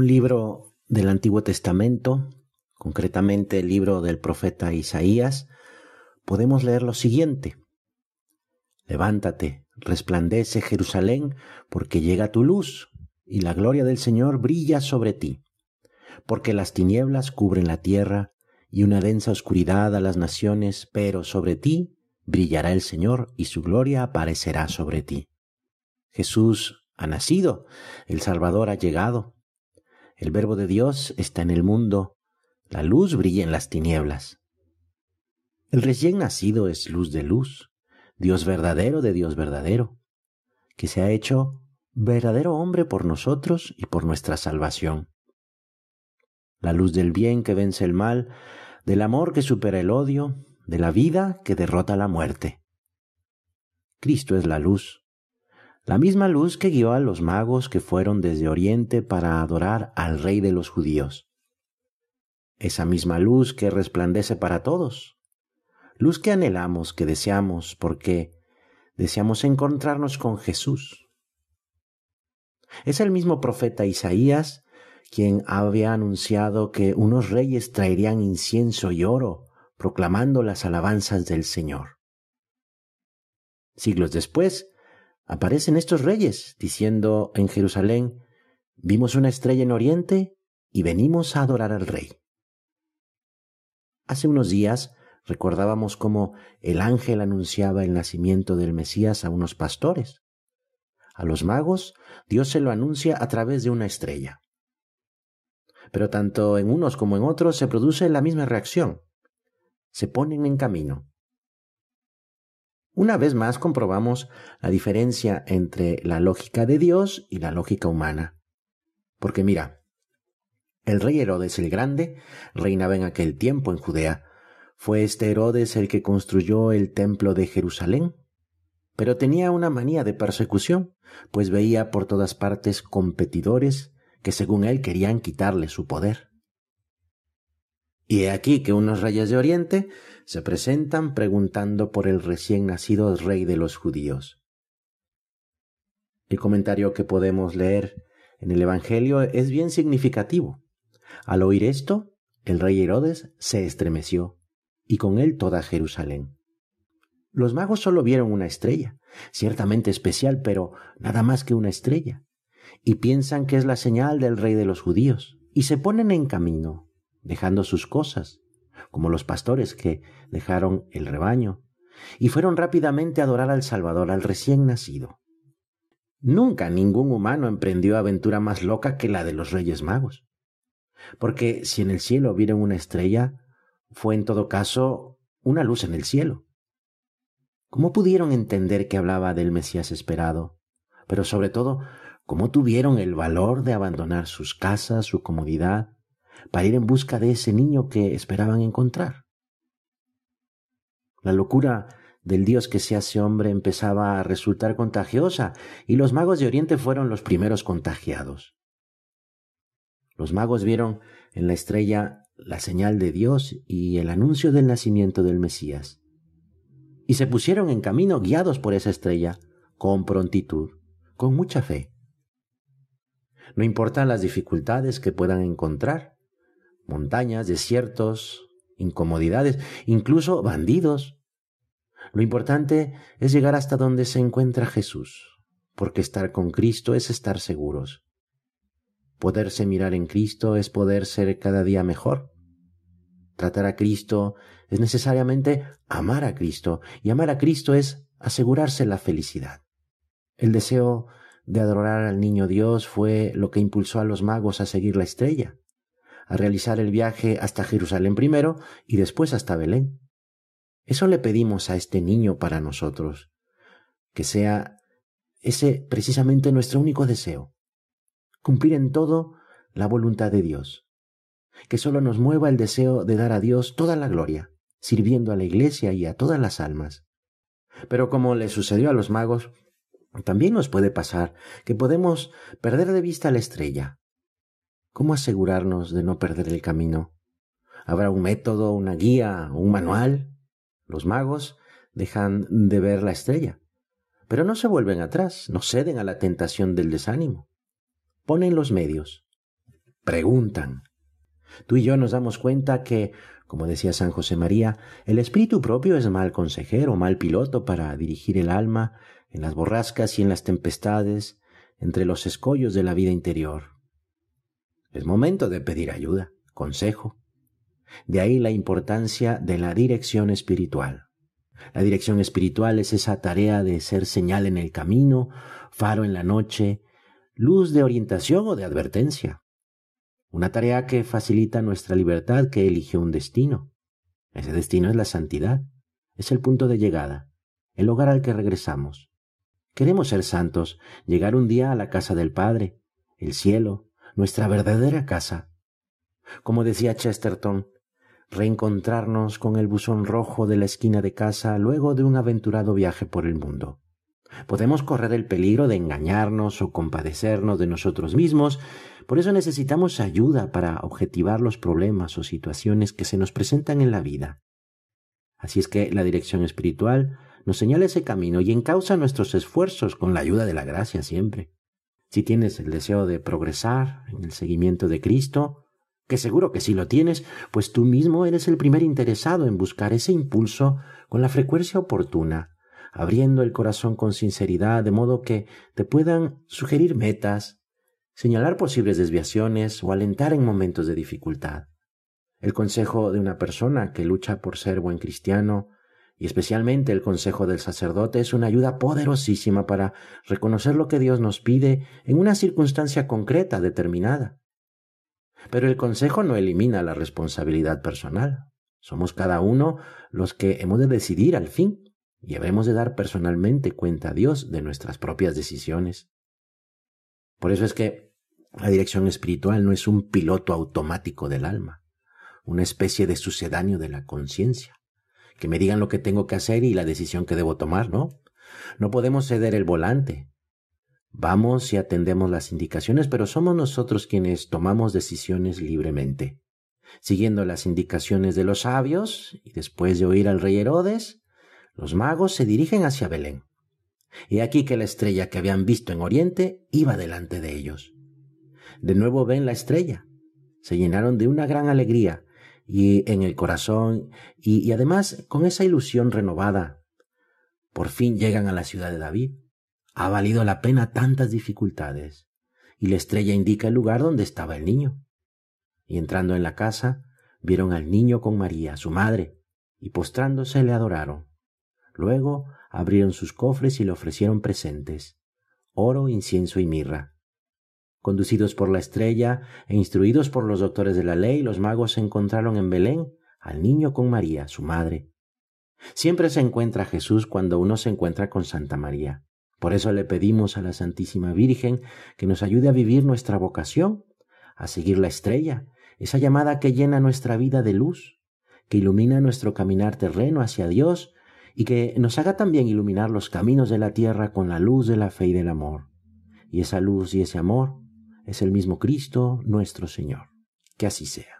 libro del Antiguo Testamento, concretamente el libro del profeta Isaías, podemos leer lo siguiente: Levántate, resplandece Jerusalén, porque llega tu luz, y la gloria del Señor brilla sobre ti. Porque las tinieblas cubren la tierra, y una densa oscuridad a las naciones, pero sobre ti brillará el Señor, y su gloria aparecerá sobre ti. Jesús ha nacido, el Salvador ha llegado. El Verbo de Dios está en el mundo, la luz brilla en las tinieblas. El recién nacido es luz de luz, Dios verdadero de Dios verdadero, que se ha hecho verdadero hombre por nosotros y por nuestra salvación. La luz del bien que vence el mal, del amor que supera el odio, de la vida que derrota la muerte. Cristo es la luz, la misma luz que guió a los magos que fueron desde Oriente para adorar al Rey de los judíos. Esa misma luz que resplandece para todos, luz que anhelamos, que deseamos, porque deseamos encontrarnos con Jesús. Es el mismo profeta Isaías quien había anunciado que unos reyes traerían incienso y oro, proclamando las alabanzas del Señor. Siglos después, aparecen estos reyes, diciendo en Jerusalén: vimos una estrella en Oriente y venimos a adorar al Rey. Hace unos días recordábamos cómo el ángel anunciaba el nacimiento del Mesías a unos pastores. A los magos, Dios se lo anuncia a través de una estrella. Pero tanto en unos como en otros se produce la misma reacción. Se ponen en camino. Una vez más comprobamos la diferencia entre la lógica de Dios y la lógica humana. Porque mira, el rey Herodes el Grande reinaba en aquel tiempo en Judea. Fue este Herodes el que construyó el templo de Jerusalén. Pero tenía una manía de persecución, pues veía por todas partes competidores que según él querían quitarle su poder. Y he aquí que unos reyes de Oriente se presentan preguntando por el recién nacido rey de los judíos. El comentario que podemos leer en el Evangelio es bien significativo. Al oír esto, el rey Herodes se estremeció, y con él toda Jerusalén. Los magos solo vieron una estrella, ciertamente especial, pero nada más que una estrella, y piensan que es la señal del rey de los judíos, y se ponen en camino, dejando sus cosas, como los pastores que dejaron el rebaño, y fueron rápidamente a adorar al Salvador, al recién nacido. Nunca ningún humano emprendió aventura más loca que la de los Reyes Magos, porque si en el cielo vieron una estrella, fue en todo caso una luz en el cielo. ¿Cómo pudieron entender que hablaba del Mesías esperado? Pero sobre todo, ¿cómo tuvieron el valor de abandonar sus casas, su comodidad, para ir en busca de ese niño que esperaban encontrar? La locura del Dios que se hace hombre empezaba a resultar contagiosa, y los magos de Oriente fueron los primeros contagiados. Los magos vieron en la estrella la señal de Dios y el anuncio del nacimiento del Mesías, y se pusieron en camino guiados por esa estrella, con prontitud, con mucha fe. No importan las dificultades que puedan encontrar, montañas, desiertos, incomodidades, incluso bandidos. Lo importante es llegar hasta donde se encuentra Jesús, porque estar con Cristo es estar seguros. Poderse mirar en Cristo es poder ser cada día mejor. Tratar a Cristo es necesariamente amar a Cristo, y amar a Cristo es asegurarse la felicidad. El deseo de adorar al niño Dios fue lo que impulsó a los magos a seguir la estrella, a realizar el viaje hasta Jerusalén primero y después hasta Belén. Eso le pedimos a este niño para nosotros, que sea ese precisamente nuestro único deseo, cumplir en todo la voluntad de Dios, que solo nos mueva el deseo de dar a Dios toda la gloria, sirviendo a la iglesia y a todas las almas. Pero como le sucedió a los magos, también nos puede pasar que podemos perder de vista la estrella. ¿Cómo asegurarnos de no perder el camino? ¿Habrá un método, una guía, un manual? Los magos dejan de ver la estrella, pero no se vuelven atrás, no ceden a la tentación del desánimo. Ponen los medios. preguntan. Tú y yo nos damos cuenta que, como decía San José María, el espíritu propio es mal consejero, mal piloto para dirigir el alma en las borrascas y en las tempestades, entre los escollos de la vida interior. Es momento de pedir ayuda, consejo. De ahí la importancia de la dirección espiritual. La dirección espiritual es esa tarea de ser señal en el camino, faro en la noche, luz de orientación o de advertencia. Una tarea que facilita nuestra libertad, que elige un destino. Ese destino es la santidad, es el punto de llegada, el hogar al que regresamos. Queremos ser santos, llegar un día a la casa del Padre, el cielo, nuestra verdadera casa. Como decía Chesterton, reencontrarnos con el buzón rojo de la esquina de casa luego de un aventurado viaje por el mundo. Podemos correr el peligro de engañarnos o compadecernos de nosotros mismos, por eso necesitamos ayuda para objetivar los problemas o situaciones que se nos presentan en la vida. Así es que la dirección espiritual nos señala ese camino y encausa nuestros esfuerzos con la ayuda de la gracia siempre. Si tienes el deseo de progresar en el seguimiento de Cristo, que seguro que sí lo tienes, pues tú mismo eres el primer interesado en buscar ese impulso con la frecuencia oportuna, abriendo el corazón con sinceridad, de modo que te puedan sugerir metas, señalar posibles desviaciones o alentar en momentos de dificultad. El consejo de una persona que lucha por ser buen cristiano, y especialmente el consejo del sacerdote, es una ayuda poderosísima para reconocer lo que Dios nos pide en una circunstancia concreta, determinada. Pero el consejo no elimina la responsabilidad personal. Somos cada uno los que hemos de decidir al fin, y habremos de dar personalmente cuenta a Dios de nuestras propias decisiones. Por eso es que la dirección espiritual no es un piloto automático del alma, una especie de sucedáneo de la conciencia, que me digan lo que tengo que hacer y la decisión que debo tomar, ¿no? No podemos ceder el volante. Vamos y atendemos las indicaciones, pero somos nosotros quienes tomamos decisiones libremente, siguiendo las indicaciones de los sabios, y después de oír al rey Herodes, los magos se dirigen hacia Belén. Y aquí que la estrella que habían visto en Oriente iba delante de ellos. De nuevo ven la estrella, se llenaron de una gran alegría y en el corazón y además con esa ilusión renovada. Por fin llegan a la ciudad de David. Ha valido la pena tantas dificultades. Y la estrella indica el lugar donde estaba el niño. Y entrando en la casa, vieron al niño con María, su madre, y postrándose le adoraron. Luego abrieron sus cofres y le ofrecieron presentes, oro, incienso y mirra. Conducidos por la estrella e instruidos por los doctores de la ley, los magos encontraron en Belén al niño con María, su madre. Siempre se encuentra Jesús cuando uno se encuentra con Santa María. Por eso le pedimos a la Santísima Virgen que nos ayude a vivir nuestra vocación, a seguir la estrella, esa llamada que llena nuestra vida de luz, que ilumina nuestro caminar terreno hacia Dios y que nos haga también iluminar los caminos de la tierra con la luz de la fe y del amor. Y esa luz y ese amor es el mismo Cristo, nuestro Señor. Que así sea.